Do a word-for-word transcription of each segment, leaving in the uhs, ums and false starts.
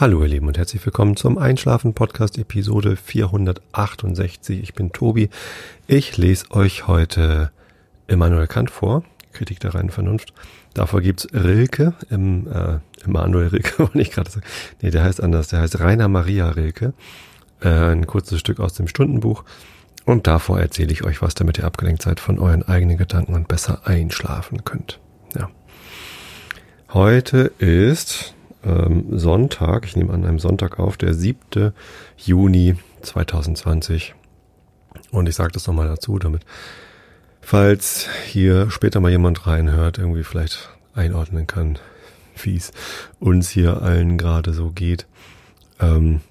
Hallo ihr Lieben und herzlich willkommen zum Einschlafen-Podcast Episode vierhundertachtundsechzig. Ich bin Tobi. Ich lese euch heute Immanuel Kant vor, Kritik der reinen Vernunft. Davor gibt's Rilke, im äh, Immanuel Rilke, wollte ich gerade sagen. Nee, der heißt anders, der heißt Rainer Maria Rilke. Äh, ein kurzes Stück aus dem Stundenbuch. Und davor erzähle ich euch was, damit ihr abgelenkt seid von euren eigenen Gedanken und besser einschlafen könnt. Ja. Heute ist ähm, Sonntag, ich nehme an einem Sonntag auf, der siebte Juni zweitausendzwanzig. Und ich sage das nochmal dazu, damit, falls hier später mal jemand reinhört, irgendwie vielleicht einordnen kann, wie es uns hier allen gerade so geht. Ähm,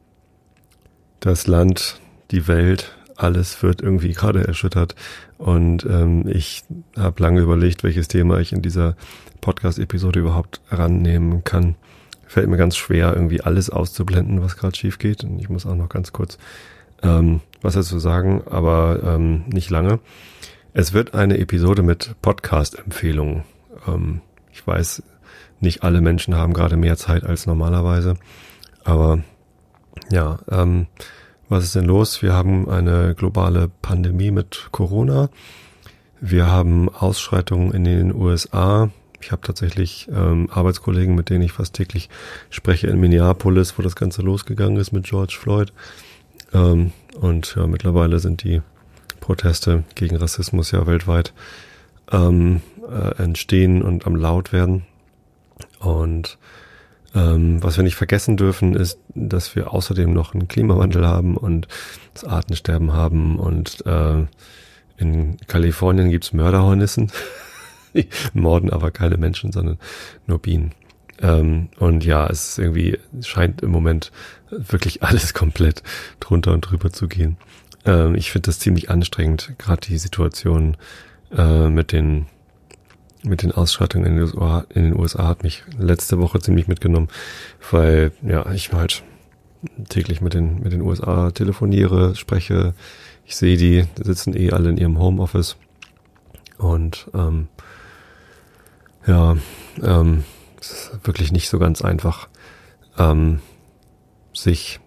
das Land, die Welt, alles wird irgendwie gerade erschüttert und ähm, ich habe lange überlegt, welches Thema ich in dieser Podcast-Episode überhaupt rannehmen kann. Fällt mir ganz schwer, irgendwie alles auszublenden, was gerade schief geht. Und ich muss auch noch ganz kurz ähm, was dazu sagen, aber ähm, nicht lange. Es wird eine Episode mit Podcast-Empfehlungen. Ähm, ich weiß, nicht alle Menschen haben gerade mehr Zeit als normalerweise, aber ja, ähm, was ist denn los? Wir haben eine globale Pandemie mit Corona. Wir haben Ausschreitungen in den U S A. Ich habe tatsächlich ähm, Arbeitskollegen, mit denen ich fast täglich spreche in Minneapolis, wo das Ganze losgegangen ist mit George Floyd. Ähm, und ja, mittlerweile sind die Proteste gegen Rassismus ja weltweit ähm, äh, entstehen und am laut werden. Und ähm, was wir nicht vergessen dürfen, ist, dass wir außerdem noch einen Klimawandel haben und das Artensterben haben. Und äh, in Kalifornien gibt's Mörderhornissen. Die morden aber keine Menschen, sondern nur Bienen. Ähm, und ja, es ist irgendwie, es scheint im Moment wirklich alles komplett drunter und drüber zu gehen. Ähm, ich finde das ziemlich anstrengend, gerade die Situation äh, mit den mit den Ausschreitungen in den, U S A, in den U S A hat mich letzte Woche ziemlich mitgenommen, weil ja ich halt täglich mit den mit den U S A telefoniere, spreche, ich sehe die, die sitzen eh alle in ihrem Homeoffice und ähm, ja, ähm, es ist wirklich nicht so ganz einfach, ähm, sich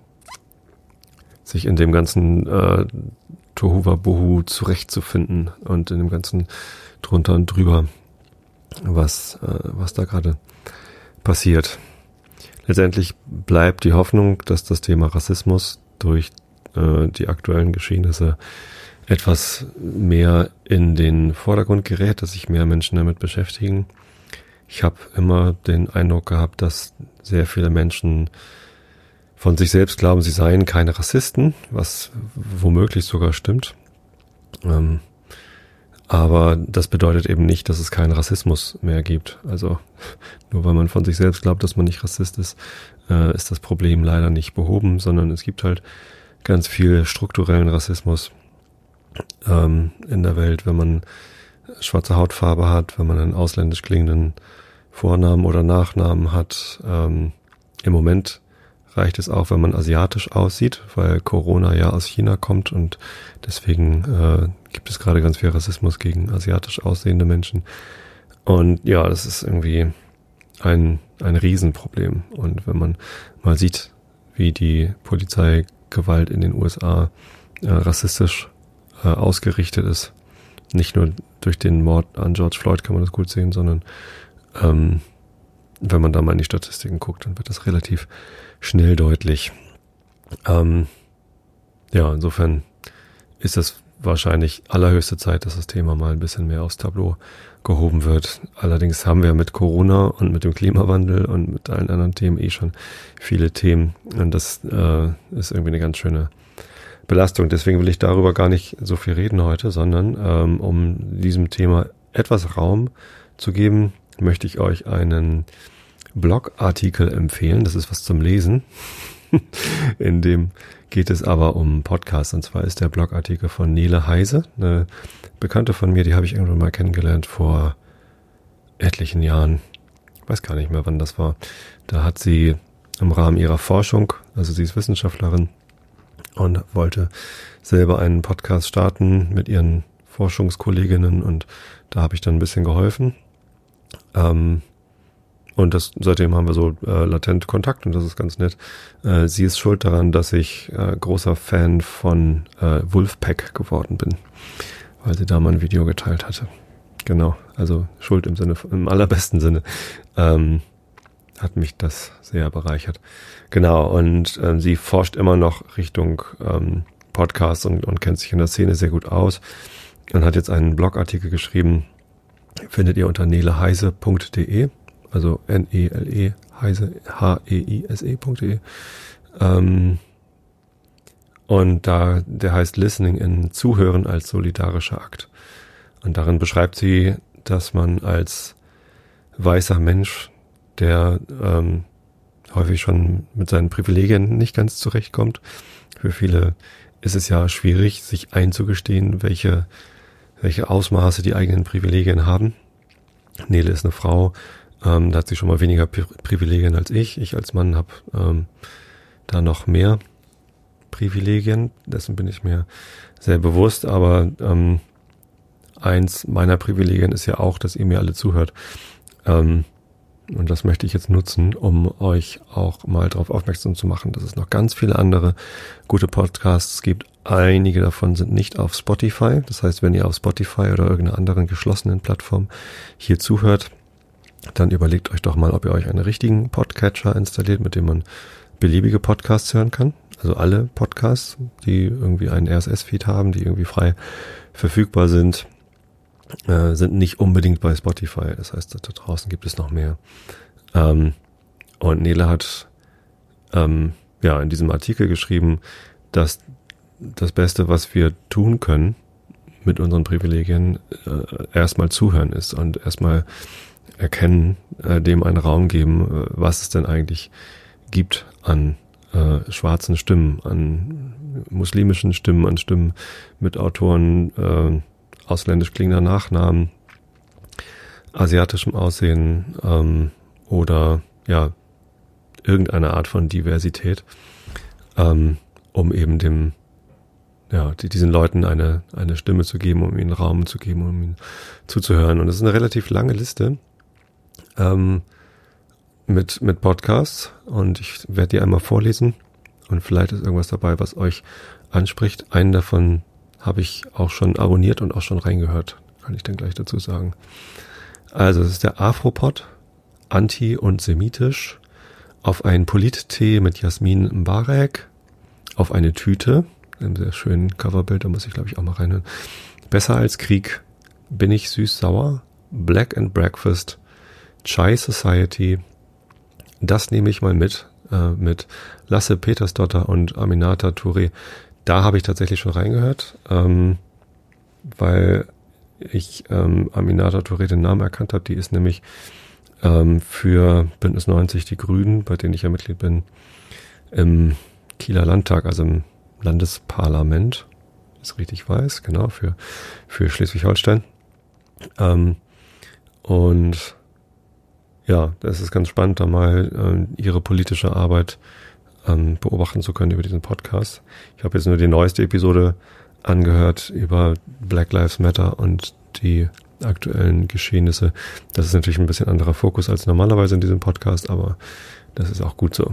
sich in dem ganzen äh, Tohuwabohu zurechtzufinden und in dem ganzen drunter und drüber, was äh, was da gerade passiert. Letztendlich bleibt die Hoffnung, dass das Thema Rassismus durch äh, die aktuellen Geschehnisse etwas mehr in den Vordergrund gerät, dass sich mehr Menschen damit beschäftigen. Ich habe immer den Eindruck gehabt, dass sehr viele Menschen von sich selbst glauben, sie seien keine Rassisten, was womöglich sogar stimmt. Ähm, aber das bedeutet eben nicht, dass es keinen Rassismus mehr gibt. Also nur weil man von sich selbst glaubt, dass man nicht Rassist ist, äh, ist das Problem leider nicht behoben, sondern es gibt halt ganz viel strukturellen Rassismus ähm, in der Welt, wenn man schwarze Hautfarbe hat, wenn man einen ausländisch klingenden Vornamen oder Nachnamen hat. Ähm, im Moment reicht es auch, wenn man asiatisch aussieht, weil Corona ja aus China kommt und deswegen äh, gibt es gerade ganz viel Rassismus gegen asiatisch aussehende Menschen. Und ja, das ist irgendwie ein ein Riesenproblem. Und wenn man mal sieht, wie die Polizeigewalt in den U S A äh, rassistisch äh, ausgerichtet ist, nicht nur durch den Mord an George Floyd kann man das gut sehen, sondern ähm, wenn man da mal in die Statistiken guckt, dann wird das relativ schnell deutlich. Ähm, ja, insofern ist das wahrscheinlich allerhöchste Zeit, dass das Thema mal ein bisschen mehr aufs Tableau gehoben wird. Allerdings haben wir mit Corona und mit dem Klimawandel und mit allen anderen Themen eh schon viele Themen und das äh, ist irgendwie eine ganz schöne Belastung. Deswegen will ich darüber gar nicht so viel reden heute, sondern ähm, um diesem Thema etwas Raum zu geben, möchte ich euch einen Blogartikel empfehlen. Das ist was zum Lesen. In dem geht es aber um Podcasts. Und zwar ist der Blogartikel von Nele Heise, eine Bekannte von mir, die habe ich irgendwann mal kennengelernt vor etlichen Jahren. Ich weiß gar nicht mehr, wann das war. Da hat sie im Rahmen ihrer Forschung, also sie ist Wissenschaftlerin, und wollte selber einen Podcast starten mit ihren Forschungskolleginnen und da habe ich dann ein bisschen geholfen. Ähm, Und das, seitdem haben wir so äh, latent Kontakt und das ist ganz nett. Äh, sie ist schuld daran, dass ich äh, großer Fan von äh, Wolfpack geworden bin, weil sie da mal ein Video geteilt hatte. Genau, also schuld im Sinne, im allerbesten Sinne. Ähm, hat mich das sehr bereichert. Genau, und ähm, sie forscht immer noch Richtung ähm, Podcasts und, und kennt sich in der Szene sehr gut aus und hat jetzt einen Blogartikel geschrieben, findet ihr unter neleheise punkt de. Also N E L E, Heise, H E I S E punkt de. Ähm, und da, der heißt Listening in Zuhören als solidarischer Akt. Und darin beschreibt sie, dass man als weißer Mensch, der ähm, häufig schon mit seinen Privilegien nicht ganz zurechtkommt, für viele ist es ja schwierig, sich einzugestehen, welche, welche Ausmaße die eigenen Privilegien haben. Nele ist eine Frau, Ähm, da hat sie schon mal weniger Pri- Privilegien als ich. Ich als Mann habe ähm, da noch mehr Privilegien. Dessen bin ich mir sehr bewusst. Aber ähm, eins meiner Privilegien ist ja auch, dass ihr mir alle zuhört. Ähm, und das möchte ich jetzt nutzen, um euch auch mal darauf aufmerksam zu machen, dass es noch ganz viele andere gute Podcasts gibt. Einige davon sind nicht auf Spotify. Das heißt, wenn ihr auf Spotify oder irgendeiner anderen geschlossenen Plattform hier zuhört, dann überlegt euch doch mal, ob ihr euch einen richtigen Podcatcher installiert, mit dem man beliebige Podcasts hören kann. Also alle Podcasts, die irgendwie einen R S S-Feed haben, die irgendwie frei verfügbar sind, äh, sind nicht unbedingt bei Spotify. Das heißt, da draußen gibt es noch mehr. Ähm, und Nele hat ähm, ja in diesem Artikel geschrieben, dass das Beste, was wir tun können mit unseren Privilegien, äh, erstmal zuhören ist und erstmal erkennen, äh, dem einen Raum geben, äh, was es denn eigentlich gibt an äh, schwarzen Stimmen, an muslimischen Stimmen, an Stimmen mit Autoren äh, ausländisch klingender Nachnamen, asiatischem Aussehen ähm, oder ja irgendeine Art von Diversität, ähm, um eben dem ja die, diesen Leuten eine eine Stimme zu geben, um ihnen Raum zu geben, um ihnen zuzuhören. Und das ist eine relativ lange Liste Ähm, mit mit Podcasts und ich werde die einmal vorlesen und vielleicht ist irgendwas dabei, was euch anspricht. Einen davon habe ich auch schon abonniert und auch schon reingehört, kann ich dann gleich dazu sagen. Also es ist der Afropod, anti- und semitisch, auf einen Polit-Tee mit Jasmin Mbarek, auf eine Tüte, einem sehr schönen Coverbild, da muss ich glaube ich auch mal reinhören. Besser als Krieg, bin ich süß-sauer, Black and Breakfast, Chai Society, das nehme ich mal mit, äh, mit Lasse Petersdotter und Aminata Touré. Da habe ich tatsächlich schon reingehört, ähm, weil ich ähm, Aminata Touré den Namen erkannt habe. Die ist nämlich ähm, für Bündnis neunzig Die Grünen, bei denen ich ja Mitglied bin, im Kieler Landtag, also im Landesparlament, ist richtig weiß, genau, für, für Schleswig-Holstein. Ähm, und ja, das ist ganz spannend, da mal ähm, ihre politische Arbeit ähm, beobachten zu können über diesen Podcast. Ich habe jetzt nur die neueste Episode angehört über Black Lives Matter und die aktuellen Geschehnisse. Das ist natürlich ein bisschen anderer Fokus als normalerweise in diesem Podcast, aber das ist auch gut so.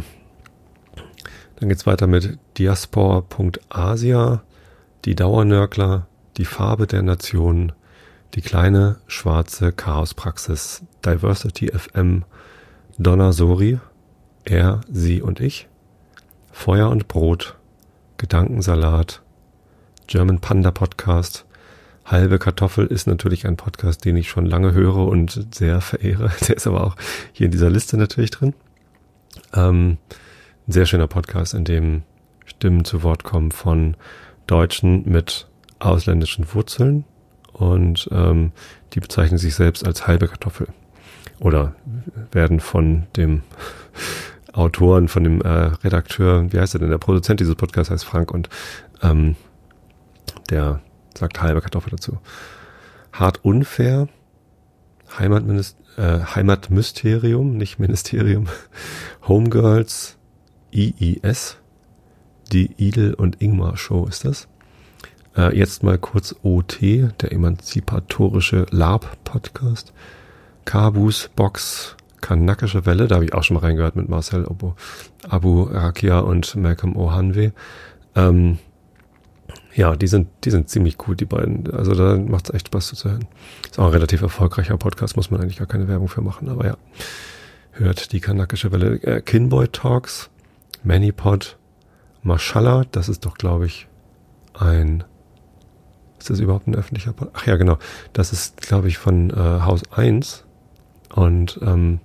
Dann geht's weiter mit diaspora punkt asia, die Dauernörgler, die Farbe der Nation, die kleine schwarze Chaospraxis, Diversity F M, Donna Sori, er, sie und ich, Feuer und Brot, Gedankensalat, German Panda Podcast, Halbe Kartoffel ist natürlich ein Podcast, den ich schon lange höre und sehr verehre. Der ist aber auch hier in dieser Liste natürlich drin. Ähm, ein sehr schöner Podcast, in dem Stimmen zu Wort kommen von Deutschen mit ausländischen Wurzeln. Und ähm, die bezeichnen sich selbst als halbe Kartoffel oder werden von dem Autoren, von dem äh, Redakteur, wie heißt er denn, der Produzent dieses Podcasts heißt Frank und ähm, der sagt halbe Kartoffel dazu. Hart unfair, Heimatminist- äh, Heimatmysterium, nicht Ministerium, Homegirls, I I S, die Idel und Ingmar Show ist das. Äh, jetzt mal kurz O T, der emanzipatorische L A R P-Podcast. Kabus, Box, Kanakische Welle, da habe ich auch schon mal reingehört mit Marcel Abu, Abu Rakia und Malcolm Ohanwe. Ähm, ja, die sind, die sind ziemlich cool, die beiden. Also da macht es echt Spaß zuzuhören. Ist auch ein relativ erfolgreicher Podcast, muss man eigentlich gar keine Werbung für machen, aber ja. Hört die Kanakische Welle. Äh, Kinboy Talks, Manipod, Mashallah, das ist doch, glaube ich, ein... Ist das überhaupt ein öffentlicher Podcast? Ach ja, genau. Das ist, glaube ich, von äh, Haus eins. Und ähm,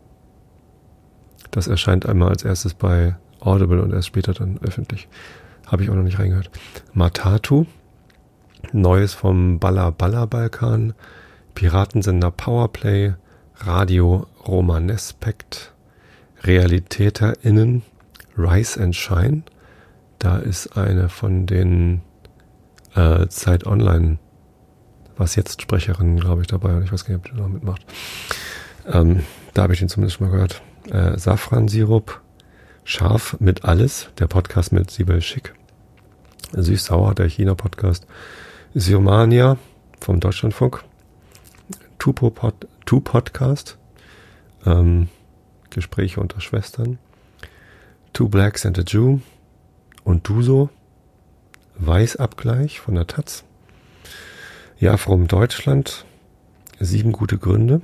das erscheint einmal als erstes bei Audible und erst später dann öffentlich. Habe ich auch noch nicht reingehört. Matatu, Neues vom Balla Balla Balkan, Piratensender Powerplay, Radio Romanespekt, RealitäterInnen, Rise and Shine. Da ist eine von den äh, Zeit Online, was jetzt Sprecherinnen, glaube ich, dabei. Und ich weiß gar nicht, ob die noch mitmacht. Ähm, da habe ich den zumindest schon mal gehört. Äh, Safran-Sirup, Scharf mit Alles, der Podcast mit Sibel Schick. Süß-Sauer, der China-Podcast. Siomania vom Deutschlandfunk. Tupo-Pod, Tu-Podcast. Ähm, Gespräche unter Schwestern. Two Blacks and a Jew. Und Duso. Weißabgleich von der Taz. Ja, from Deutschland. Sieben gute Gründe.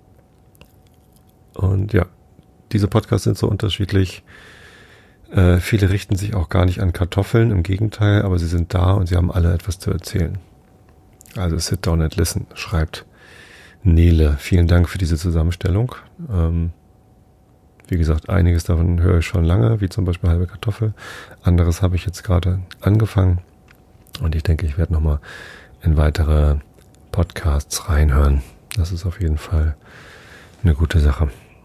Und ja, diese Podcasts sind so unterschiedlich. Äh, viele richten sich auch gar nicht an Kartoffeln, im Gegenteil, aber sie sind da und sie haben alle etwas zu erzählen. Also sit down and listen, schreibt Nele. Vielen Dank für diese Zusammenstellung. Ähm, wie gesagt, einiges davon höre ich schon lange, wie zum Beispiel Halbe Kartoffel. Anderes habe ich jetzt gerade angefangen und ich denke, ich werde nochmal in weitere Podcasts reinhören. Das ist auf jeden Fall eine gute Sache.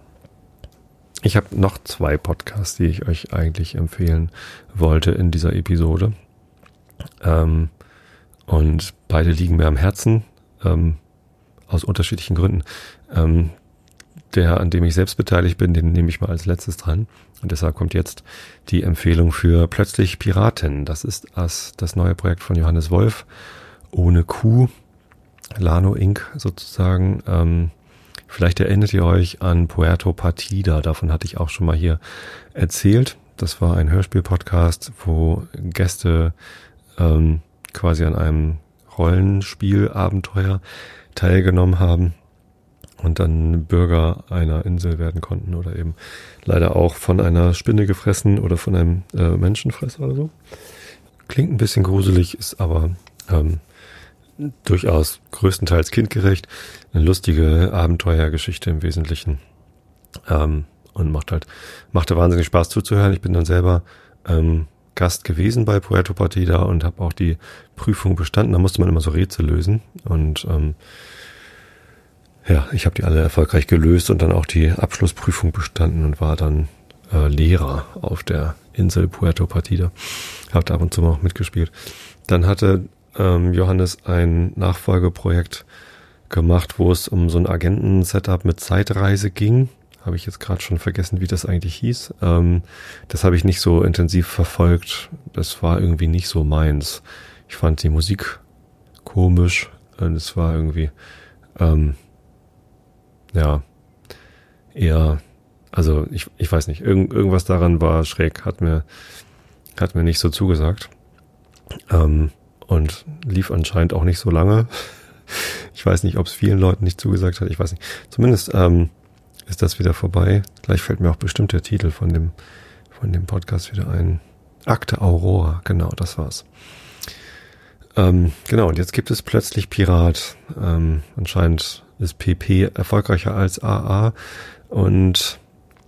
Ich habe noch zwei Podcasts, die ich euch eigentlich empfehlen wollte in dieser Episode. Ähm, und beide liegen mir am Herzen, ähm, aus unterschiedlichen Gründen. Ähm, der, an dem ich selbst beteiligt bin, den nehme ich mal als letztes dran. Und deshalb kommt jetzt die Empfehlung für Plötzlich Piraten. Das ist das, das neue Projekt von Johannes Wolf, ohne Q, Lano Incorporated sozusagen. Ähm, Vielleicht erinnert ihr euch an Puerto Partida, davon hatte ich auch schon mal hier erzählt. Das war ein Hörspiel-Podcast, wo Gäste ähm, quasi an einem Rollenspielabenteuer teilgenommen haben und dann Bürger einer Insel werden konnten oder eben leider auch von einer Spinne gefressen oder von einem äh, Menschenfresser oder so. Klingt ein bisschen gruselig, ist aber ähm, durchaus größtenteils kindgerecht, eine lustige Abenteuergeschichte im Wesentlichen, ähm, und macht halt, machte wahnsinnig Spaß zuzuhören. Ich bin dann selber ähm, Gast gewesen bei Puerto Partida und habe auch die Prüfung bestanden. Da musste man immer so Rätsel lösen und ähm, ja, ich habe die alle erfolgreich gelöst und dann auch die Abschlussprüfung bestanden und war dann äh, Lehrer auf der Insel Puerto Partida. Habe da ab und zu mal auch mitgespielt. Dann hatte Johannes ein Nachfolgeprojekt gemacht, wo es um so ein Agenten-Setup mit Zeitreise ging. Habe ich jetzt gerade schon vergessen, wie das eigentlich hieß. Ähm, das habe ich nicht so intensiv verfolgt. Das war irgendwie nicht so meins. Ich fand die Musik komisch. Und es war irgendwie, ähm, ja, eher, also ich, ich weiß nicht, irgend, irgendwas daran war schräg, hat mir, hat mir nicht so zugesagt. Ähm, Und lief anscheinend auch nicht so lange. Ich weiß nicht, ob es vielen Leuten nicht zugesagt hat. Ich weiß nicht. Zumindest ähm, ist das wieder vorbei. Gleich fällt mir auch bestimmt der Titel von dem von dem Podcast wieder ein. Akte Aurora, genau, das war's. Ähm, genau, und jetzt gibt es plötzlich Pirat. Ähm, anscheinend ist P P erfolgreicher als A A und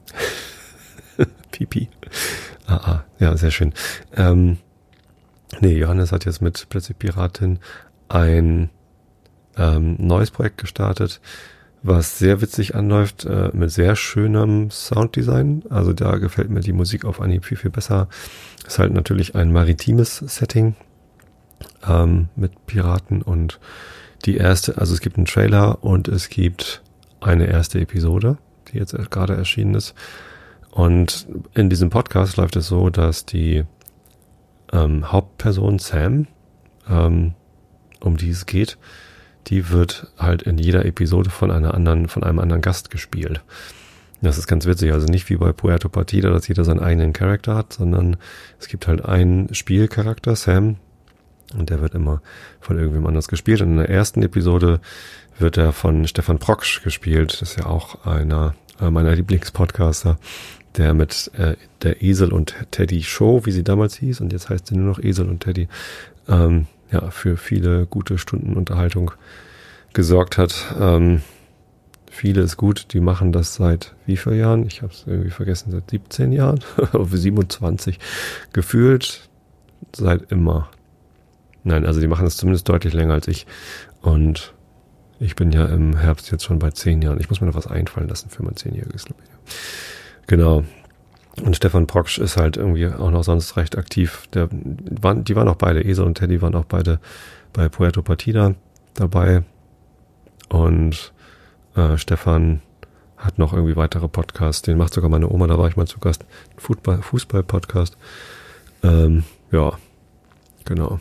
Pipi. A A, ja, sehr schön. Ähm, Nee, Johannes hat jetzt mit Plötzlich Piratin ein ähm, neues Projekt gestartet, was sehr witzig anläuft, äh, mit sehr schönem Sounddesign. Also da gefällt mir die Musik auf Anhieb viel, viel besser. Ist halt natürlich ein maritimes Setting ähm, mit Piraten und die erste, also es gibt einen Trailer und es gibt eine erste Episode, die jetzt gerade erschienen ist. Und in diesem Podcast läuft es so, dass die Ähm, Hauptperson Sam, ähm, um die es geht, die wird halt in jeder Episode von einer anderen, von einem anderen Gast gespielt. Das ist ganz witzig, also nicht wie bei Puerto Partida, dass jeder seinen eigenen Charakter hat, sondern es gibt halt einen Spielcharakter, Sam, und der wird immer von irgendwem anders gespielt. Und in der ersten Episode wird er von Stefan Proksch gespielt. Das ist ja auch einer meiner Lieblingspodcaster, der mit äh, der Esel und Teddy Show, wie sie damals hieß, und jetzt heißt sie nur noch Esel und Teddy, ähm, ja, für viele gute Stunden Unterhaltung gesorgt hat. Ähm, viele ist gut, die machen das seit wie vielen Jahren? Ich habe es irgendwie vergessen, seit siebzehn Jahren, siebenundzwanzig gefühlt, seit immer. Nein, also die machen das zumindest deutlich länger als ich, und ich bin ja im Herbst jetzt schon bei zehn Jahren. Ich muss mir noch was einfallen lassen für mein zehnjähriges Leben. Genau. Und Stefan Proksch ist halt irgendwie auch noch sonst recht aktiv. Der, waren, die waren auch beide, Esel und Teddy waren auch beide bei Puerto Partida dabei. Und äh, Stefan hat noch irgendwie weitere Podcasts. Den macht sogar meine Oma, da war ich mal zu Gast. Fußball, Fußball-Podcast. Ähm, ja, genau.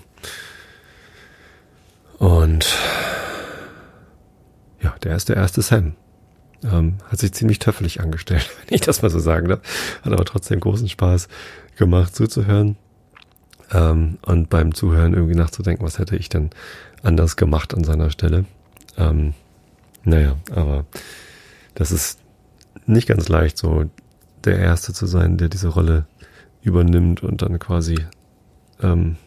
Und ja, der ist der erste Sam. Ähm, hat sich ziemlich töffelig angestellt, wenn ich das mal so sagen darf. Hat aber trotzdem großen Spaß gemacht, zuzuhören. Ähm, und beim Zuhören irgendwie nachzudenken, was hätte ich denn anders gemacht an seiner Stelle. Ähm, naja, aber das ist nicht ganz leicht, so der Erste zu sein, der diese Rolle übernimmt und dann quasi ähm,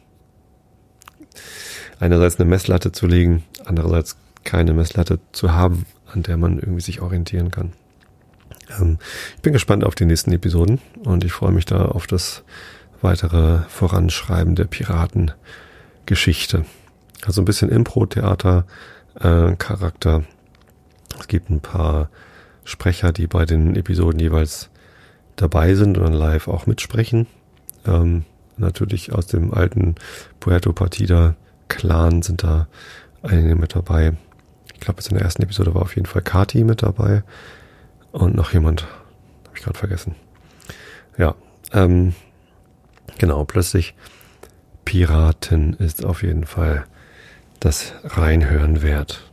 einerseits eine Messlatte zu legen, andererseits keine Messlatte zu haben, an der man irgendwie sich orientieren kann. Ähm, ich bin gespannt auf die nächsten Episoden und ich freue mich da auf das weitere Voranschreiben der Piratengeschichte. Also ein bisschen Impro-Theater-Charakter. Es gibt ein paar Sprecher, die bei den Episoden jeweils dabei sind und dann live auch mitsprechen. Ähm, natürlich aus dem alten Puerto Partida Clan sind da einige mit dabei. Ich glaube, jetzt in der ersten Episode war auf jeden Fall Kati mit dabei und noch jemand, habe ich gerade vergessen. Ja, ähm, genau, plötzlich Piraten ist auf jeden Fall das Reinhören wert.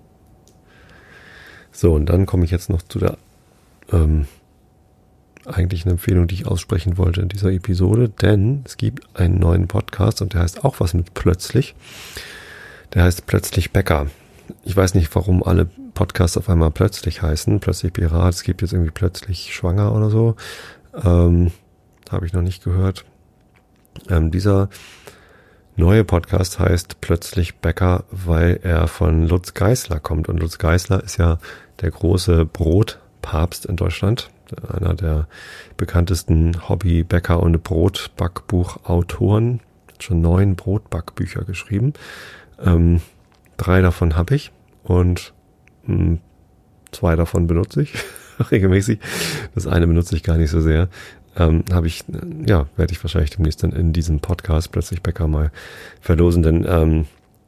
So, und dann komme ich jetzt noch zu der ähm, eigentlichen Empfehlung, die ich aussprechen wollte in dieser Episode, denn es gibt einen neuen Podcast und der heißt auch was mit plötzlich. Der heißt Plötzlich Bäcker. Ich weiß nicht, warum alle Podcasts auf einmal plötzlich heißen. Plötzlich Pirat, es gibt jetzt irgendwie plötzlich Schwanger oder so. Ähm, habe ich noch nicht gehört. Ähm, dieser neue Podcast heißt Plötzlich Bäcker, weil er von Lutz Geisler kommt. Und Lutz Geisler ist ja der große Brotpapst in Deutschland. Einer der bekanntesten Hobby-Bäcker- und Brotbackbuchautoren. Hat schon neun Brotbackbücher geschrieben. Ähm, drei davon habe ich und mh, zwei davon benutze ich regelmäßig. Das eine benutze ich gar nicht so sehr. Ähm, habe ich, ja, werde ich wahrscheinlich demnächst dann in diesem Podcast Plötzlich Bäcker mal verlosen, denn ähm,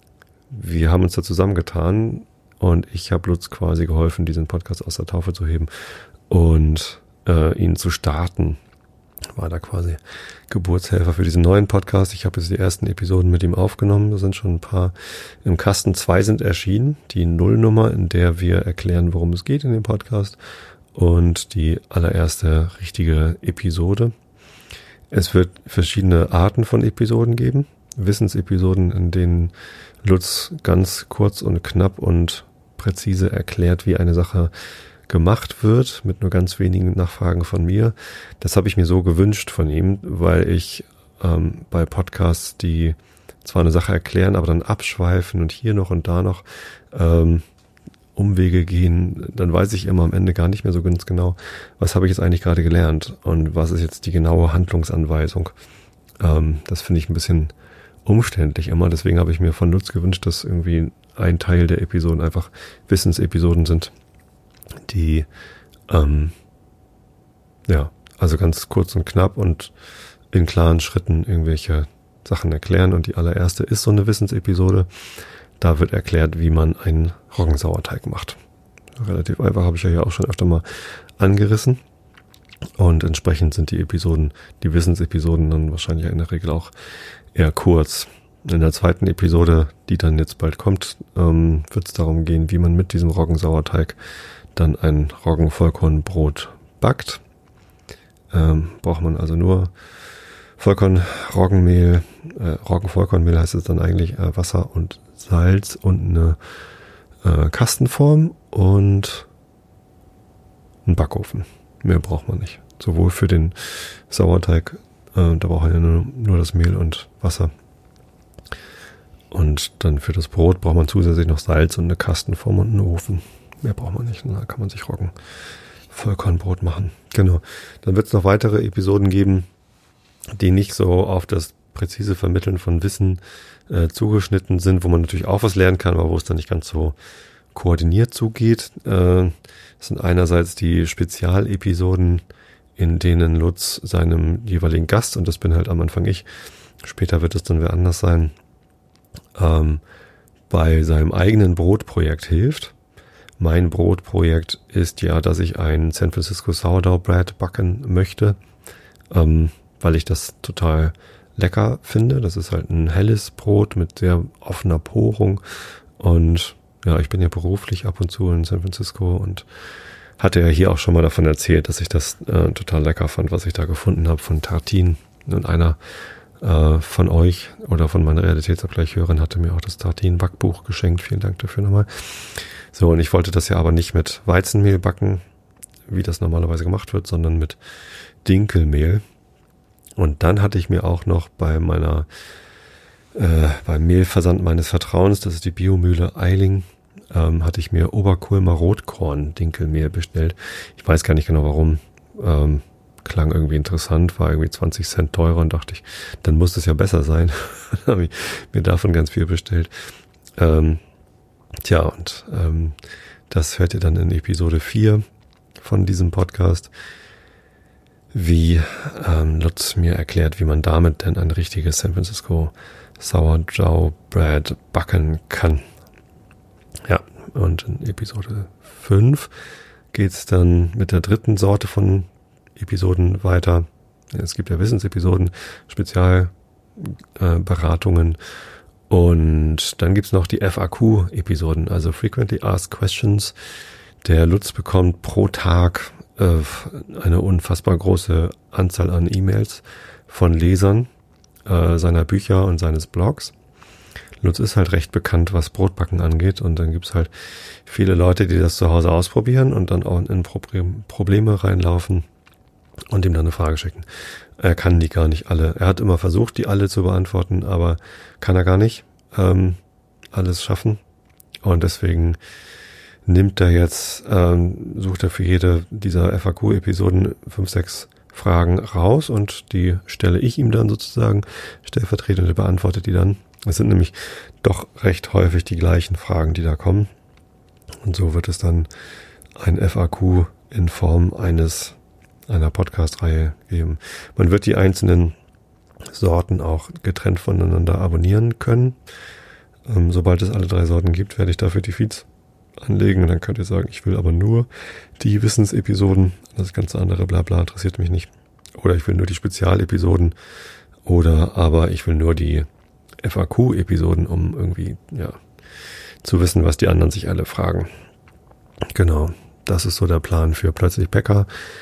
wir haben uns da zusammengetan und ich habe Lutz quasi geholfen, diesen Podcast aus der Taufe zu heben und äh, ihn zu starten. War da quasi Geburtshelfer für diesen neuen Podcast. Ich habe jetzt die ersten Episoden mit ihm aufgenommen. Da sind schon ein paar im Kasten. Zwei sind erschienen. Die Nullnummer, in der wir erklären, worum es geht in dem Podcast. Und die allererste richtige Episode. Es wird verschiedene Arten von Episoden geben. Wissensepisoden, in denen Lutz ganz kurz und knapp und präzise erklärt, wie eine Sache gemacht wird, mit nur ganz wenigen Nachfragen von mir. Das habe ich mir so gewünscht von ihm, weil ich ähm, bei Podcasts, die zwar eine Sache erklären, aber dann abschweifen und hier noch und da noch ähm, Umwege gehen, dann weiß ich immer am Ende gar nicht mehr so ganz genau, was habe ich jetzt eigentlich gerade gelernt und was ist jetzt die genaue Handlungsanweisung. Ähm, das finde ich ein bisschen umständlich immer, deswegen habe ich mir von Lutz gewünscht, dass irgendwie ein Teil der Episoden einfach Wissensepisoden sind, die, ähm, ja, also ganz kurz und knapp und in klaren Schritten irgendwelche Sachen erklären. Und die allererste ist so eine Wissensepisode. Da wird erklärt, wie man einen Roggensauerteig macht. Relativ einfach, habe ich ja hier auch schon öfter mal angerissen. Und entsprechend sind die Episoden, die Wissensepisoden dann wahrscheinlich in der Regel auch eher kurz. In der zweiten Episode, die dann jetzt bald kommt, ähm, wird es darum gehen, wie man mit diesem Roggensauerteig dann ein Roggenvollkornbrot backt. Ähm, braucht man also nur Vollkorn-Roggenmehl, äh, Roggen-Vollkornmehl heißt es dann eigentlich, äh, Wasser und Salz und eine äh, Kastenform und einen Backofen. Mehr braucht man nicht. Sowohl für den Sauerteig, äh, da braucht man ja nur, nur das Mehl und Wasser. Und dann für das Brot braucht man zusätzlich noch Salz und eine Kastenform und einen Ofen. Mehr braucht man nicht. Da kann man sich Roggen Vollkornbrot machen. Genau. Dann wird es noch weitere Episoden geben, die nicht so auf das präzise Vermitteln von Wissen äh, zugeschnitten sind, wo man natürlich auch was lernen kann, aber wo es dann nicht ganz so koordiniert zugeht. Äh, das sind einerseits die Spezialepisoden, in denen Lutz seinem jeweiligen Gast, und das bin halt am Anfang ich, später wird es dann wer anders sein, ähm, bei seinem eigenen Brotprojekt hilft. Mein Brotprojekt ist ja, dass ich ein San Francisco Sourdough Bread backen möchte, ähm, weil ich das total lecker finde. Das ist halt ein helles Brot mit sehr offener Porung und ja, ich bin ja beruflich ab und zu in San Francisco und hatte ja hier auch schon mal davon erzählt, dass ich das äh, total lecker fand, was ich da gefunden habe von Tartine. Und einer äh, von euch oder von meiner Realitätsabgleich-Hörerin hatte mir auch das Tartine-Backbuch geschenkt. Vielen Dank dafür nochmal. So, und ich wollte das ja aber nicht mit Weizenmehl backen, wie das normalerweise gemacht wird, sondern mit Dinkelmehl. Und dann hatte ich mir auch noch bei meiner, äh, beim Mehlversand meines Vertrauens, das ist die Biomühle Eiling, ähm, hatte ich mir Oberkulmer Rotkorn-Dinkelmehl bestellt. Ich weiß gar nicht genau warum. Ähm, klang irgendwie interessant, war irgendwie zwanzig Cent teurer und dachte ich, dann muss es ja besser sein. Dann habe ich mir davon ganz viel bestellt. Ähm, tja, und ähm, das hört ihr dann in Episode vier von diesem Podcast, wie ähm, Lutz mir erklärt, wie man damit denn ein richtiges San Francisco Sourdough Bread backen kann. Ja, und in Episode fünf geht's dann mit der dritten Sorte von Episoden weiter. Es gibt ja Wissensepisoden, Spezialberatungen äh, und dann gibt's noch die F A Q-Episoden, also Frequently Asked Questions. Der Lutz bekommt pro Tag äh, eine unfassbar große Anzahl an E-Mails von Lesern äh, seiner Bücher und seines Blogs. Lutz ist halt recht bekannt, was Brotbacken angeht, und dann gibt's halt viele Leute, die das zu Hause ausprobieren und dann auch in Problem, Probleme reinlaufen und ihm dann eine Frage schicken. Er kann die gar nicht alle. Er hat immer versucht, die alle zu beantworten, aber kann er gar nicht ähm, alles schaffen. Und deswegen nimmt er jetzt, ähm, sucht er für jede dieser F A Q-Episoden fünf, sechs Fragen raus und die stelle ich ihm dann sozusagen stellvertretend und er beantwortet die dann. Es sind nämlich doch recht häufig die gleichen Fragen, die da kommen. Und so wird es dann ein F A Q in Form eines einer Podcast-Reihe geben. Man wird die einzelnen Sorten auch getrennt voneinander abonnieren können. Ähm, sobald es alle drei Sorten gibt, werde ich dafür die Feeds anlegen. Und dann könnt ihr sagen, ich will aber nur die Wissensepisoden. Das ganze andere Blabla interessiert mich nicht. Oder ich will nur die Spezialepisoden. Oder aber ich will nur die F A Q-Episoden, um irgendwie ja zu wissen, was die anderen sich alle fragen. Genau, das ist so der Plan für Plötzlich Bäcker.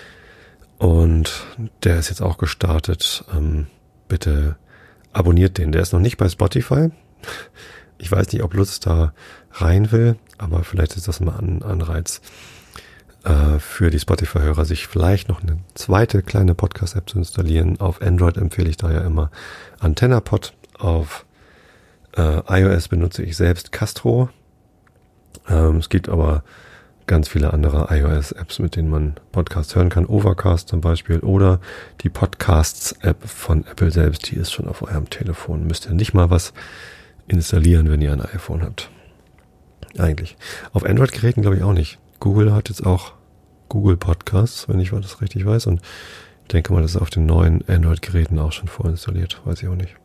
Und der ist jetzt auch gestartet. Ähm, bitte abonniert den. Der ist noch nicht bei Spotify. Ich weiß nicht, ob Lutz da rein will, aber vielleicht ist das mal ein Anreiz äh, für die Spotify-Hörer, sich vielleicht noch eine zweite kleine Podcast-App zu installieren. Auf Android empfehle ich da ja immer AntennaPod. Auf äh, iOS benutze ich selbst Castro. Ähm, es gibt aber ganz viele andere iOS-Apps, mit denen man Podcasts hören kann. Overcast zum Beispiel oder die Podcasts-App von Apple selbst, die ist schon auf eurem Telefon. Müsst ihr nicht mal was installieren, wenn ihr ein iPhone habt. Eigentlich. Auf Android-Geräten glaube ich auch nicht. Google hat jetzt auch Google Podcasts, wenn ich das richtig weiß. Und ich denke mal, das ist auf den neuen Android-Geräten auch schon vorinstalliert. Weiß ich auch nicht.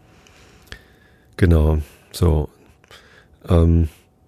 Genau. So. Ähm.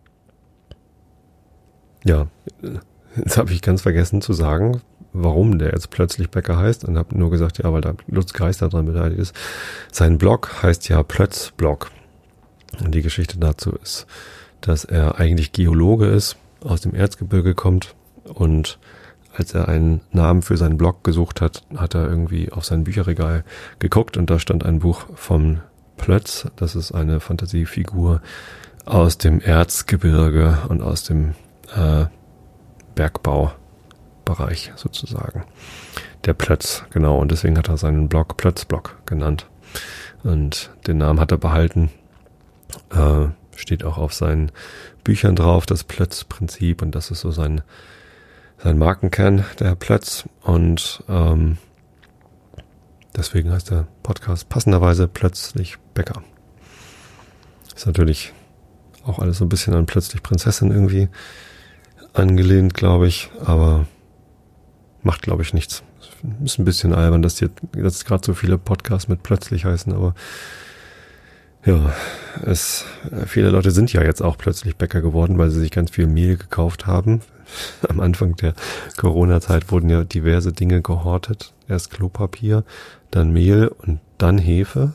Ja, jetzt habe ich ganz vergessen zu sagen, warum der jetzt Plötzlich Bäcker heißt und habe nur gesagt, ja, weil da Lutz Geist daran beteiligt ist. Sein Blog heißt ja Plötzblog. Und die Geschichte dazu ist, dass er eigentlich Geologe ist, aus dem Erzgebirge kommt und als er einen Namen für seinen Blog gesucht hat, hat er irgendwie auf sein Bücherregal geguckt und da stand ein Buch vom Plötz. Das ist eine Fantasiefigur aus dem Erzgebirge und aus dem äh, Bergbaubereich sozusagen. Der Plötz, genau. Und deswegen hat er seinen Blog Plötzblog genannt. Und den Namen hat er behalten. Äh, steht auch auf seinen Büchern drauf, das Plötz-Prinzip. Und das ist so sein, sein Markenkern, der Plötz. Und ähm, deswegen heißt der Podcast passenderweise Plötzlich Bäcker. Ist natürlich auch alles so ein bisschen an Plötzlich Prinzessin irgendwie angelehnt, glaube ich. Aber macht, glaube ich, nichts. Ist ein bisschen albern, dass jetzt, jetzt gerade so viele Podcasts mit Plötzlich heißen, aber ja, es, viele Leute sind ja jetzt auch plötzlich Bäcker geworden, weil sie sich ganz viel Mehl gekauft haben. Am Anfang der Corona-Zeit wurden ja diverse Dinge gehortet. Erst Klopapier, dann Mehl und dann Hefe.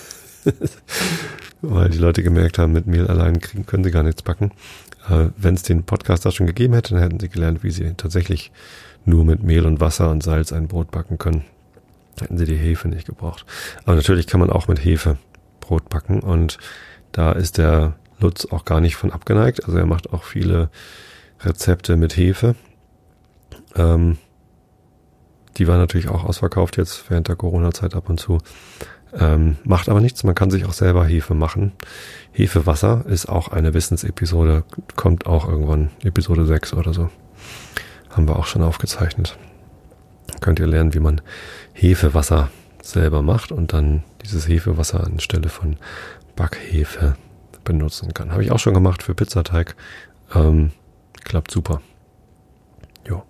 Weil die Leute gemerkt haben, mit Mehl allein kriegen, können sie gar nichts backen. Äh, wenn es den Podcast da schon gegeben hätte, dann hätten sie gelernt, wie sie tatsächlich nur mit Mehl und Wasser und Salz ein Brot backen können. Hätten sie die Hefe nicht gebraucht. Aber natürlich kann man auch mit Hefe Brot backen und da ist der Lutz auch gar nicht von abgeneigt. Also er macht auch viele Rezepte mit Hefe. Ähm, die waren natürlich auch ausverkauft jetzt während der Corona-Zeit ab und zu. Ähm, macht aber nichts, man kann sich auch selber Hefe machen. Hefewasser ist auch eine Wissensepisode, kommt auch irgendwann, Episode sechs oder so. Haben wir auch schon aufgezeichnet. Könnt ihr lernen, wie man Hefewasser selber macht und dann dieses Hefewasser anstelle von Backhefe benutzen kann. Habe ich auch schon gemacht für Pizzateig. Ähm, klappt super. Jo.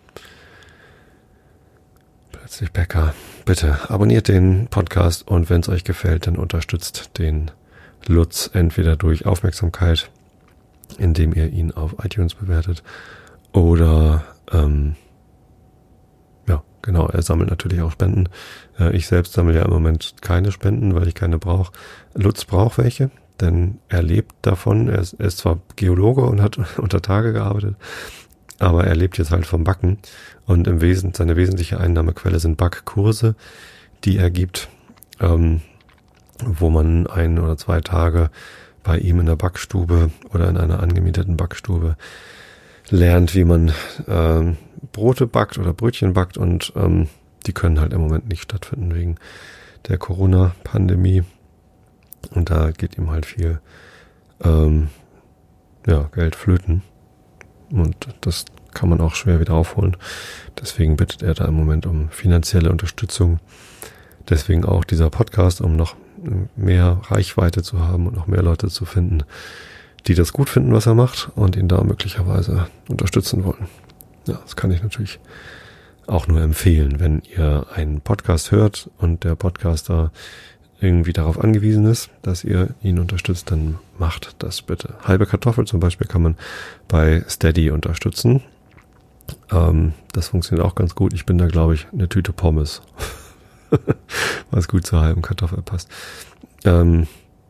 Plötzlich Bäcker. Bitte abonniert den Podcast und wenn es euch gefällt, dann unterstützt den Lutz entweder durch Aufmerksamkeit, indem ihr ihn auf iTunes bewertet, oder ähm, ja, genau, er sammelt natürlich auch Spenden. Äh, ich selbst sammle ja im Moment keine Spenden, weil ich keine brauche. Lutz braucht welche, denn er lebt davon. Er ist, er ist zwar Geologe und hat unter Tage gearbeitet, aber er lebt jetzt halt vom Backen. Und im Wesen, seine wesentliche Einnahmequelle sind Backkurse, die er gibt, ähm, wo man ein oder zwei Tage bei ihm in der Backstube oder in einer angemieteten Backstube lernt, wie man ähm, Brote backt oder Brötchen backt und ähm, die können halt im Moment nicht stattfinden wegen der Corona-Pandemie und da geht ihm halt viel ähm, ja, Geld flöten und das kann man auch schwer wieder aufholen. Deswegen bittet er da im Moment um finanzielle Unterstützung. Deswegen auch dieser Podcast, um noch mehr Reichweite zu haben und noch mehr Leute zu finden, die das gut finden, was er macht und ihn da möglicherweise unterstützen wollen. Ja, das kann ich natürlich auch nur empfehlen, wenn ihr einen Podcast hört und der Podcaster irgendwie darauf angewiesen ist, dass ihr ihn unterstützt, dann macht das bitte. Halbe Kartoffel zum Beispiel kann man bei Steady unterstützen. Ähm, das funktioniert auch ganz gut. Ich bin da, glaube ich, eine Tüte Pommes, was gut zur halben Kartoffel passt. Ähm,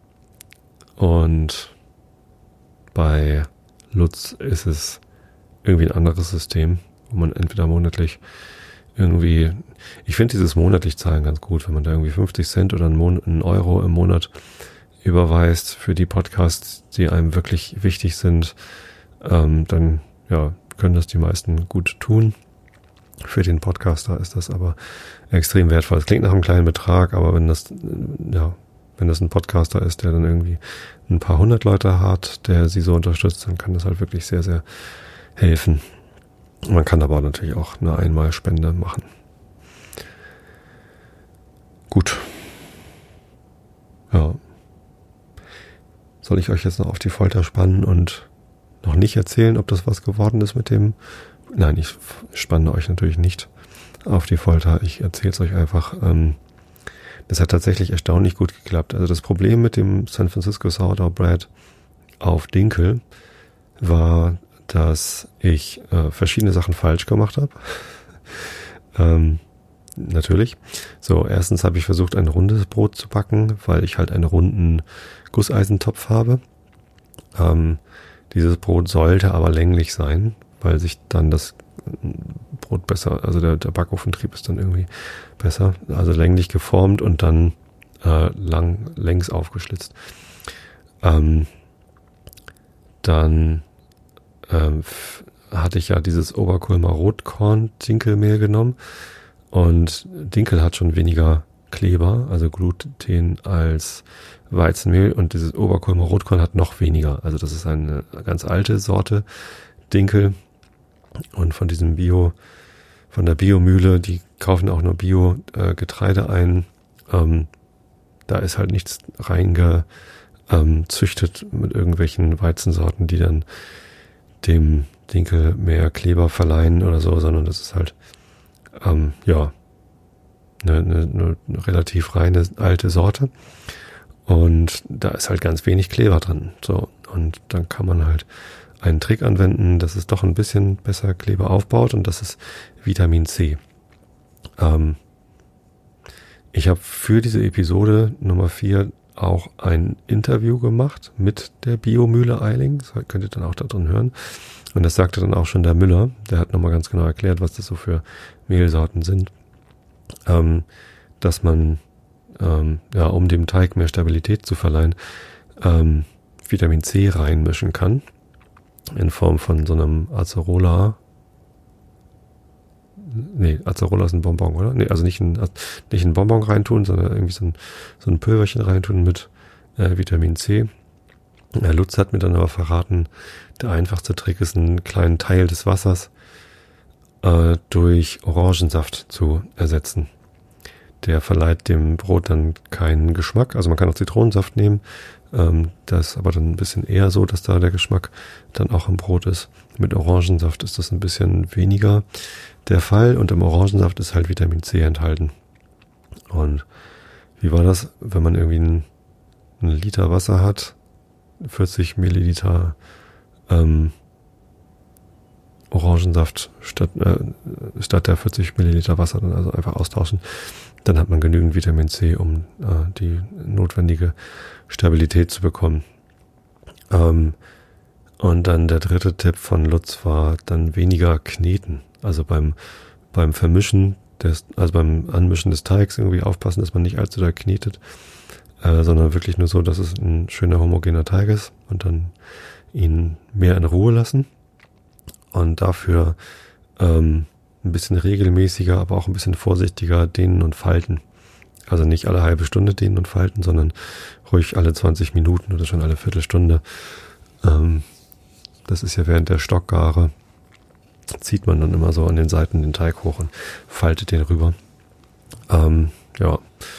und bei Lutz ist es irgendwie ein anderes System, wo man entweder monatlich irgendwie, ich finde dieses monatlich Zahlen ganz gut, wenn man da irgendwie fünfzig Cent oder einen, Mon- einen Euro im Monat überweist für die Podcasts, die einem wirklich wichtig sind, ähm, dann ja können das die meisten gut tun. Für den Podcaster ist das aber extrem wertvoll. Es klingt nach einem kleinen Betrag, aber wenn das ja wenn das ein Podcaster ist, der dann irgendwie ein paar hundert Leute hat, der sie so unterstützt, dann kann das halt wirklich sehr, sehr helfen. Man kann aber natürlich auch eine Einmalspende machen. Gut. Ja. Soll ich euch jetzt noch auf die Folter spannen und noch nicht erzählen, ob das was geworden ist mit dem? Nein, ich spanne euch natürlich nicht auf die Folter. Ich erzähle es euch einfach. Ähm, das hat tatsächlich erstaunlich gut geklappt. Also das Problem mit dem San Francisco Sourdough Bread auf Dinkel war, dass ich äh, verschiedene Sachen falsch gemacht habe. ähm, natürlich. So, erstens habe ich versucht, ein rundes Brot zu backen, weil ich halt einen runden Gusseisentopf habe. Ähm, dieses Brot sollte aber länglich sein, weil sich dann das Brot besser, also der, der Backofentrieb ist dann irgendwie besser. Also länglich geformt und dann äh, lang längs aufgeschlitzt. Ähm, dann ähm, hatte ich ja dieses Oberkulmer Rotkorn-Dinkelmehl genommen und Dinkel hat schon weniger Kleber, also Gluten als Weizenmehl und dieses Oberkulmer Rotkorn hat noch weniger. Also das ist eine ganz alte Sorte Dinkel und von diesem Bio, von der Biomühle, die kaufen auch nur Bio-Getreide äh, ein. Ähm, da ist halt nichts reingezüchtet ähm, mit irgendwelchen Weizensorten, die dann dem Dinkel mehr Kleber verleihen oder so, sondern das ist halt, ähm, ja, eine, eine, eine relativ reine alte Sorte. Und da ist halt ganz wenig Kleber drin. So, und dann kann man halt einen Trick anwenden, dass es doch ein bisschen besser Kleber aufbaut und das ist Vitamin C. Ähm, ich habe für diese Episode Nummer vier auch ein Interview gemacht mit der Biomühle Eiling. Das könnt ihr dann auch da drin hören. Und das sagte dann auch schon der Müller. Der hat nochmal ganz genau erklärt, was das so für Mehlsorten sind. Ähm, dass man, ähm, ja, um dem Teig mehr Stabilität zu verleihen, ähm, Vitamin C reinmischen kann. In Form von so einem Acerola. Nee, Acerola ist ein Bonbon, oder? Nee, also nicht ein, nicht ein Bonbon reintun, sondern irgendwie so ein, so ein Pülverchen reintun mit äh, Vitamin C. Herr Lutz hat mir dann aber verraten, der einfachste Trick ist, einen kleinen Teil des Wassers äh, durch Orangensaft zu ersetzen. Der verleiht dem Brot dann keinen Geschmack. Also man kann auch Zitronensaft nehmen. Ähm, das ist aber dann ein bisschen eher so, dass da der Geschmack dann auch im Brot ist. Mit Orangensaft ist das ein bisschen weniger der Fall. Und im Orangensaft ist halt Vitamin C enthalten. Und wie war das, wenn man irgendwie einen, einen Liter Wasser hat, vierzig Milliliter ähm, Orangensaft statt, äh, statt der vierzig Milliliter Wasser dann also einfach austauschen. Dann hat man genügend Vitamin C, um äh, die notwendige Stabilität zu bekommen. Ähm, und dann der dritte Tipp von Lutz war dann weniger kneten. Also beim beim Vermischen, des, also beim Anmischen des Teigs irgendwie aufpassen, dass man nicht allzu da knetet, äh, sondern wirklich nur so, dass es ein schöner homogener Teig ist und dann ihn mehr in Ruhe lassen. Und dafür ähm, ein bisschen regelmäßiger, aber auch ein bisschen vorsichtiger dehnen und falten. Also nicht alle halbe Stunde dehnen und falten, sondern ruhig alle zwanzig Minuten oder schon alle Viertelstunde. Ähm, das ist ja während der Stockgare, zieht man dann immer so an den Seiten den Teig hoch und faltet den rüber. Ähm, ja,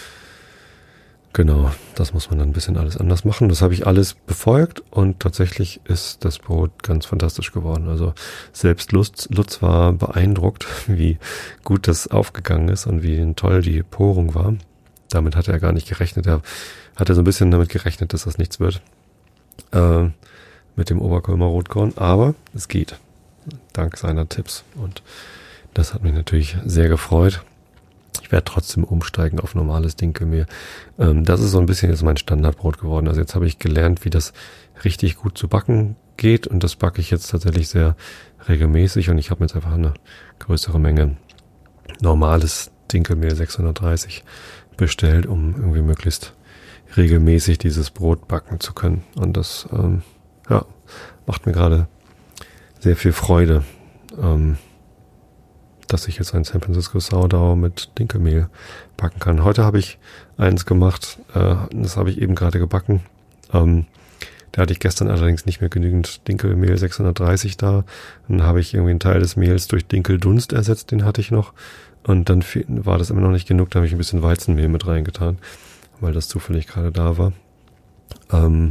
genau, das muss man dann ein bisschen alles anders machen. Das habe ich alles befolgt und tatsächlich ist das Brot ganz fantastisch geworden. Also selbst Lutz, Lutz war beeindruckt, wie gut das aufgegangen ist und wie toll die Porung war. Damit hat er gar nicht gerechnet. Er hatte so ein bisschen damit gerechnet, dass das nichts wird äh, mit dem Oberkulmer Rotkorn. Aber es geht, dank seiner Tipps. Und das hat mich natürlich sehr gefreut. Ich werde trotzdem umsteigen auf normales Dinkelmehl. Ähm, das ist so ein bisschen jetzt mein Standardbrot geworden. Also jetzt habe ich gelernt, wie das richtig gut zu backen geht. Und das backe ich jetzt tatsächlich sehr regelmäßig. Und ich habe jetzt einfach eine größere Menge normales Dinkelmehl sechshundertdreißig bestellt, um irgendwie möglichst regelmäßig dieses Brot backen zu können. Und das ähm, ja, macht mir gerade sehr viel Freude, ähm, dass ich jetzt ein San Francisco Sourdough mit Dinkelmehl backen kann. Heute habe ich eins gemacht, äh, das habe ich eben gerade gebacken. Ähm, da hatte ich gestern allerdings nicht mehr genügend Dinkelmehl sechshundertdreißig da. Dann habe ich irgendwie einen Teil des Mehls durch Dinkeldunst ersetzt, den hatte ich noch. Und dann war das immer noch nicht genug, da habe ich ein bisschen Weizenmehl mit reingetan, weil das zufällig gerade da war. Ähm,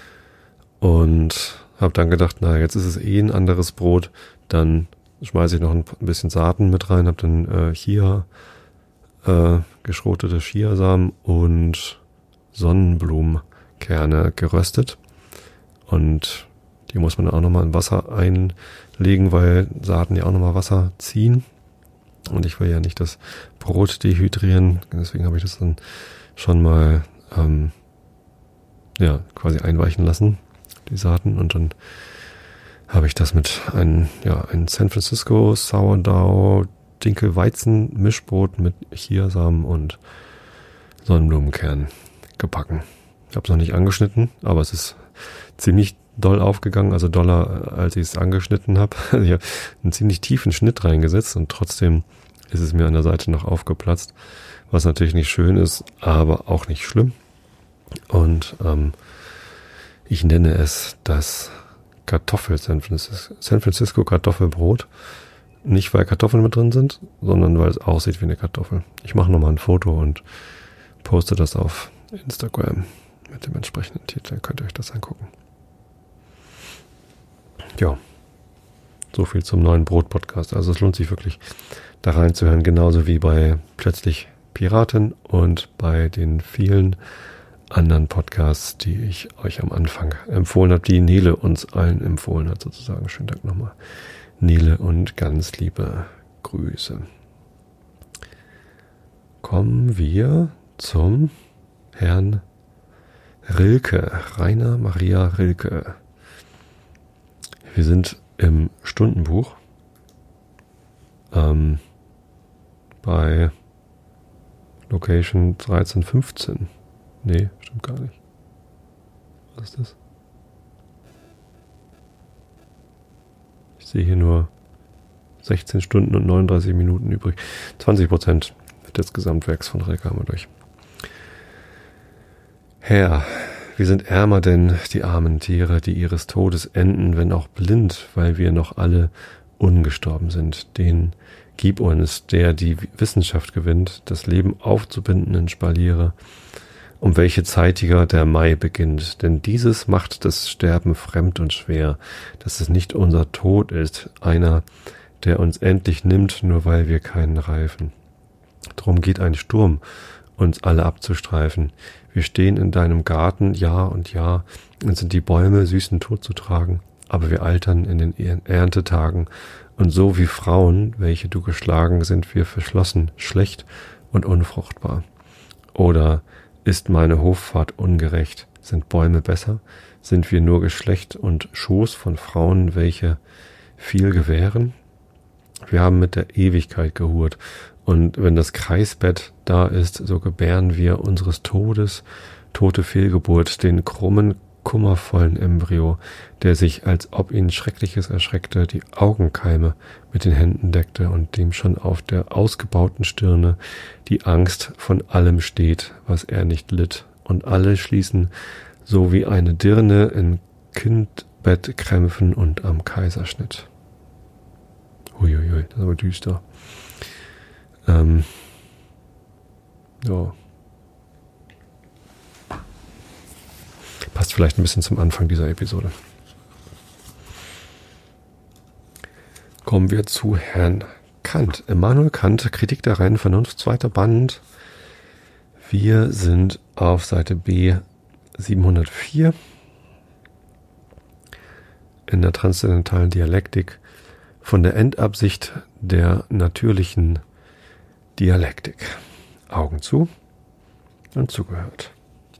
und habe dann gedacht, na, jetzt ist es eh ein anderes Brot, dann schmeiße ich noch ein bisschen Saaten mit rein, habe dann äh, Chia, äh, geschrotete Chiasamen und Sonnenblumenkerne geröstet. Und die muss man dann auch nochmal in Wasser einlegen, weil Saaten ja auch nochmal Wasser ziehen. Und ich will ja nicht das Brot dehydrieren, deswegen habe ich das dann schon mal ähm, ja quasi einweichen lassen, die Saaten. Und dann habe ich das mit einem, ja, ein San Francisco Sourdough Dinkel-Weizen Mischbrot mit Chiasamen und Sonnenblumenkern gebacken. Ich habe es noch nicht angeschnitten, aber es ist ziemlich doll aufgegangen, also doller, als ich es angeschnitten habe. Also ich habe einen ziemlich tiefen Schnitt reingesetzt und trotzdem ist es mir an der Seite noch aufgeplatzt, was natürlich nicht schön ist, aber auch nicht schlimm. Und ähm, ich nenne es das Kartoffel San Francisco, San Francisco Kartoffelbrot. Nicht, weil Kartoffeln mit drin sind, sondern weil es aussieht wie eine Kartoffel. Ich mache nochmal ein Foto und poste das auf Instagram mit dem entsprechenden Titel. Dann könnt ihr euch das angucken. Ja, so viel zum neuen Brot-Podcast. Also es lohnt sich wirklich, da reinzuhören, genauso wie bei Plötzlich Piraten und bei den vielen anderen Podcasts, die ich euch am Anfang empfohlen habe, die Nele uns allen empfohlen hat, sozusagen. Schönen Dank nochmal, Nele, und ganz liebe Grüße. Kommen wir zum Herrn Rilke, Rainer Maria Rilke. Wir sind im Stundenbuch ähm, bei Location dreizehn fünfzehn. Nee, stimmt gar nicht. Was ist das? Ich sehe hier nur sechzehn Stunden und neununddreißig Minuten übrig. zwanzig Prozent des Gesamtwerks von Rilke haben wir durch. Herr, wir sind ärmer denn die armen Tiere, die ihres Todes enden, wenn auch blind, weil wir noch alle ungestorben sind. Den gib uns, der die Wissenschaft gewinnt, das Leben aufzubinden in Spaliere, um welche zeitiger der Mai beginnt. Denn dieses macht das Sterben fremd und schwer, dass es nicht unser Tod ist, einer, der uns endlich nimmt, nur weil wir keinen reifen. Drum geht ein Sturm, uns alle abzustreifen. Wir stehen in deinem Garten Jahr und Jahr und sind die Bäume süßen Tod zu tragen, aber wir altern in den Erntetagen und so wie Frauen, welche du geschlagen, sind wir verschlossen, schlecht und unfruchtbar. Oder ist meine Hoffahrt ungerecht? Sind Bäume besser? Sind wir nur Geschlecht und Schoß von Frauen, welche viel gewähren? Wir haben mit der Ewigkeit gehurt, und wenn das Kreisbett da ist, so gebären wir unseres Todes, tote Fehlgeburt, den krummen, kummervollen Embryo, der sich, als ob ihn Schreckliches erschreckte, die Augenkeime mit den Händen deckte und dem schon auf der ausgebauten Stirne die Angst von allem steht, was er nicht litt, und alle schließen so wie eine Dirne in Kindbettkrämpfen und am Kaiserschnitt. Uiuiui, das ist aber düster. Ähm, ja. Passt vielleicht ein bisschen zum Anfang dieser Episode. Kommen wir zu Herrn Kant. Immanuel Kant, Kritik der reinen Vernunft, zweiter Band. Wir sind auf Seite B siebenhundertvier in der transzendentalen Dialektik von der Endabsicht der natürlichen Dialektik. Augen zu und zugehört.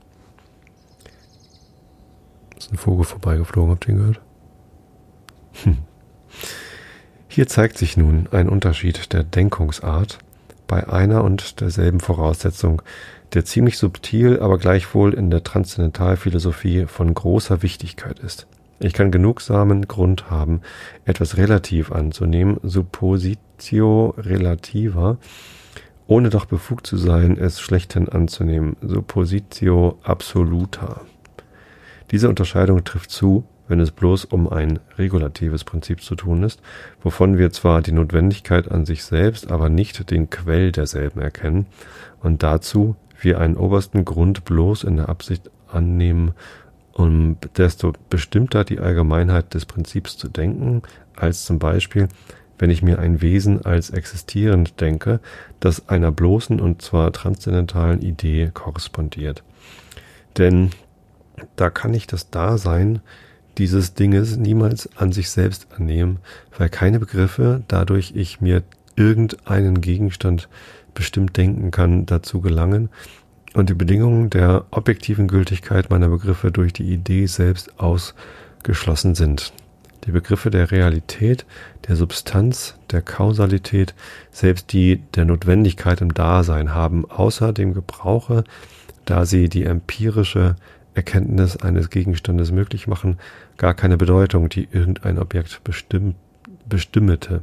Ist ein Vogel vorbeigeflogen, habt ihr ihn gehört? Hm. Hier zeigt sich nun ein Unterschied der Denkungsart bei einer und derselben Voraussetzung, der ziemlich subtil, aber gleichwohl in der Transzendentalphilosophie von großer Wichtigkeit ist. Ich kann genugsamen Grund haben, etwas relativ anzunehmen, suppositio relativa, ohne doch befugt zu sein, es schlechthin anzunehmen, suppositio absoluta. Diese Unterscheidung trifft zu, wenn es bloß um ein regulatives Prinzip zu tun ist, wovon wir zwar die Notwendigkeit an sich selbst, aber nicht den Quell derselben erkennen und dazu wir einen obersten Grund bloß in der Absicht annehmen, um desto bestimmter die Allgemeinheit des Prinzips zu denken, als zum Beispiel, wenn ich mir ein Wesen als existierend denke, das einer bloßen und zwar transzendentalen Idee korrespondiert. Denn da kann ich das Dasein dieses Dinges niemals an sich selbst annehmen, weil keine Begriffe, dadurch ich mir irgendeinen Gegenstand bestimmt denken kann, dazu gelangen und die Bedingungen der objektiven Gültigkeit meiner Begriffe durch die Idee selbst ausgeschlossen sind. Die Begriffe der Realität, der Substanz, der Kausalität, selbst die der Notwendigkeit im Dasein haben außer dem Gebrauche, da sie die empirische Erkenntnis eines Gegenstandes möglich machen, gar keine Bedeutung, die irgendein Objekt bestimm, bestimmete.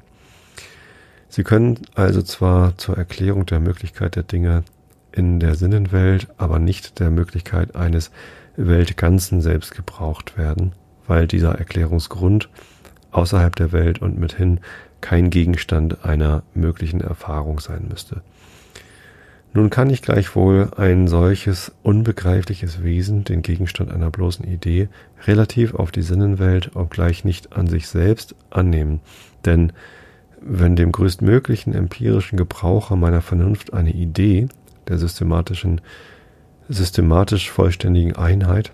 Sie können also zwar zur Erklärung der Möglichkeit der Dinge in der Sinnenwelt, aber nicht der Möglichkeit eines Weltganzen selbst gebraucht werden, weil dieser Erklärungsgrund außerhalb der Welt und mithin kein Gegenstand einer möglichen Erfahrung sein müsste. Nun kann ich gleichwohl ein solches unbegreifliches Wesen, den Gegenstand einer bloßen Idee, relativ auf die Sinnenwelt, obgleich nicht an sich selbst, annehmen, denn wenn dem größtmöglichen empirischen Gebraucher meiner Vernunft eine Idee der systematischen, systematisch vollständigen Einheit,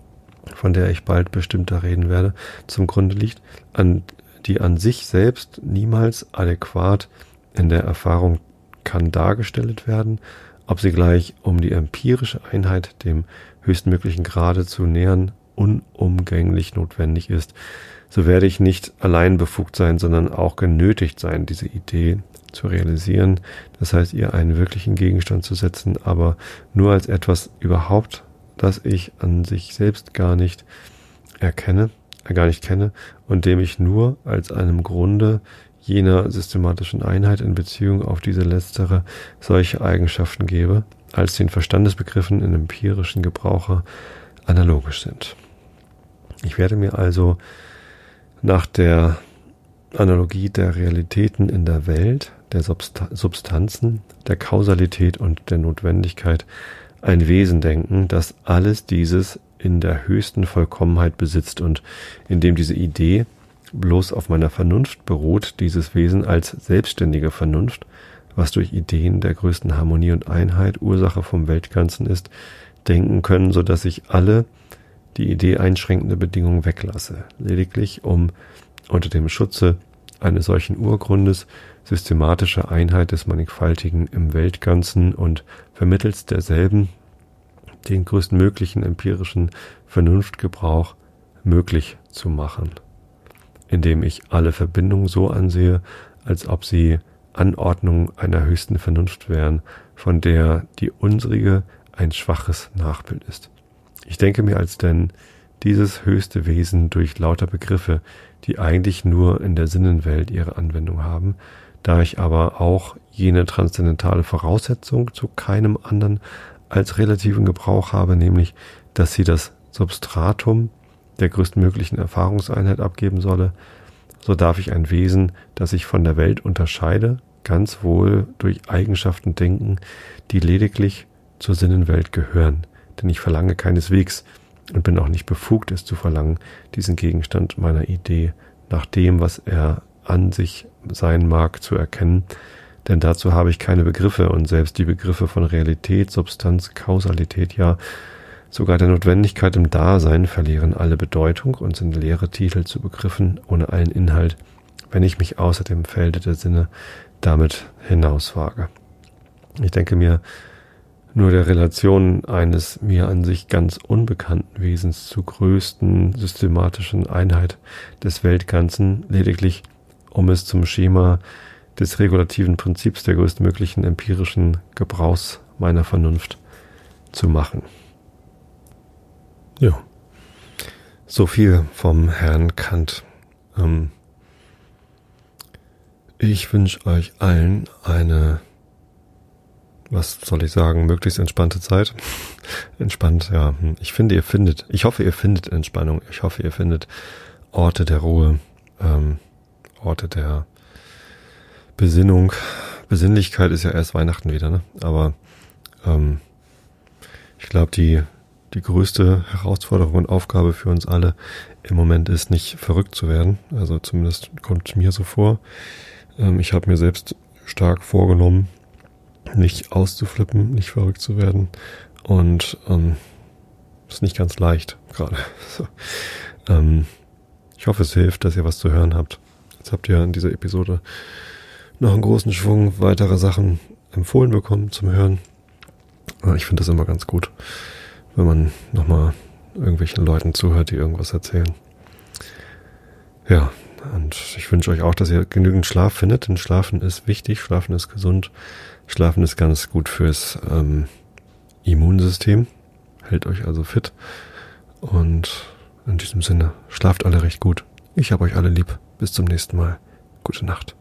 von der ich bald bestimmter reden werde, zum Grunde liegt, an die an sich selbst niemals adäquat in der Erfahrung kann dargestellt werden, ob sie gleich, um die empirische Einheit dem höchstmöglichen Grade zu nähern, unumgänglich notwendig ist, so werde ich nicht allein befugt sein, sondern auch genötigt sein, diese Idee zu realisieren, das heißt, ihr einen wirklichen Gegenstand zu setzen, aber nur als etwas überhaupt, das ich an sich selbst gar nicht erkenne, äh, gar nicht kenne und dem ich nur als einem Grunde jener systematischen Einheit in Beziehung auf diese letztere solche Eigenschaften gebe, als den Verstandesbegriffen in empirischen Gebrauche analogisch sind. Ich werde mir also nach der Analogie der Realitäten in der Welt, der Substanzen, der Kausalität und der Notwendigkeit ein Wesen denken, das alles dieses in der höchsten Vollkommenheit besitzt und in dem diese Idee bloß auf meiner Vernunft beruht, dieses Wesen als selbstständige Vernunft, was durch Ideen der größten Harmonie und Einheit Ursache vom Weltganzen ist, denken können, so dass ich alle die Idee einschränkende Bedingungen weglasse, lediglich um unter dem Schutze eines solchen Urgrundes systematische Einheit des Mannigfaltigen im Weltganzen und vermittels derselben den größtmöglichen empirischen Vernunftgebrauch möglich zu machen, indem ich alle Verbindungen so ansehe, als ob sie Anordnungen einer höchsten Vernunft wären, von der die unsrige ein schwaches Nachbild ist. Ich denke mir als denn dieses höchste Wesen durch lauter Begriffe, die eigentlich nur in der Sinnenwelt ihre Anwendung haben, da ich aber auch jene transzendentale Voraussetzung zu keinem anderen als relativen Gebrauch habe, nämlich, dass sie das Substratum der größtmöglichen Erfahrungseinheit abgeben solle, so darf ich ein Wesen, das ich von der Welt unterscheide, ganz wohl durch Eigenschaften denken, die lediglich zur Sinnenwelt gehören, denn ich verlange keineswegs und bin auch nicht befugt, es zu verlangen, diesen Gegenstand meiner Idee nach dem, was er an sich sein mag, zu erkennen, denn dazu habe ich keine Begriffe und selbst die Begriffe von Realität, Substanz, Kausalität, ja sogar der Notwendigkeit im Dasein verlieren alle Bedeutung und sind leere Titel zu Begriffen ohne allen Inhalt, wenn ich mich außer dem Felde der Sinne damit hinauswage. Ich denke mir, nur der Relation eines mir an sich ganz unbekannten Wesens zur größten systematischen Einheit des Weltganzen, lediglich um es zum Schema des regulativen Prinzips der größtmöglichen empirischen Gebrauchs meiner Vernunft zu machen. Ja, so viel vom Herrn Kant. Ähm, ich wünsche euch allen eine, was soll ich sagen, möglichst entspannte Zeit. Entspannt, ja. Ich finde, ihr findet, ich hoffe, ihr findet Entspannung. Ich hoffe, ihr findet Orte der Ruhe, ähm, Orte der Besinnung. Besinnlichkeit ist ja erst Weihnachten wieder, ne? Aber ähm, ich glaube, die die größte Herausforderung und Aufgabe für uns alle im Moment ist, nicht verrückt zu werden. Also zumindest kommt mir so vor. Ähm, ich habe mir selbst stark vorgenommen, nicht auszuflippen, nicht verrückt zu werden. Und ähm, ist nicht ganz leicht gerade. So. Ähm, ich hoffe, es hilft, dass ihr was zu hören habt. Jetzt habt ihr in dieser Episode noch einen großen Schwung weiterer Sachen empfohlen bekommen zum Hören. Ich finde das immer ganz gut, wenn man nochmal irgendwelchen Leuten zuhört, die irgendwas erzählen. Ja, und ich wünsche euch auch, dass ihr genügend Schlaf findet, denn Schlafen ist wichtig, Schlafen ist gesund, Schlafen ist ganz gut fürs ähm, Immunsystem, hält euch also fit. Und in diesem Sinne, schlaft alle recht gut. Ich hab euch alle lieb. Bis zum nächsten Mal. Gute Nacht.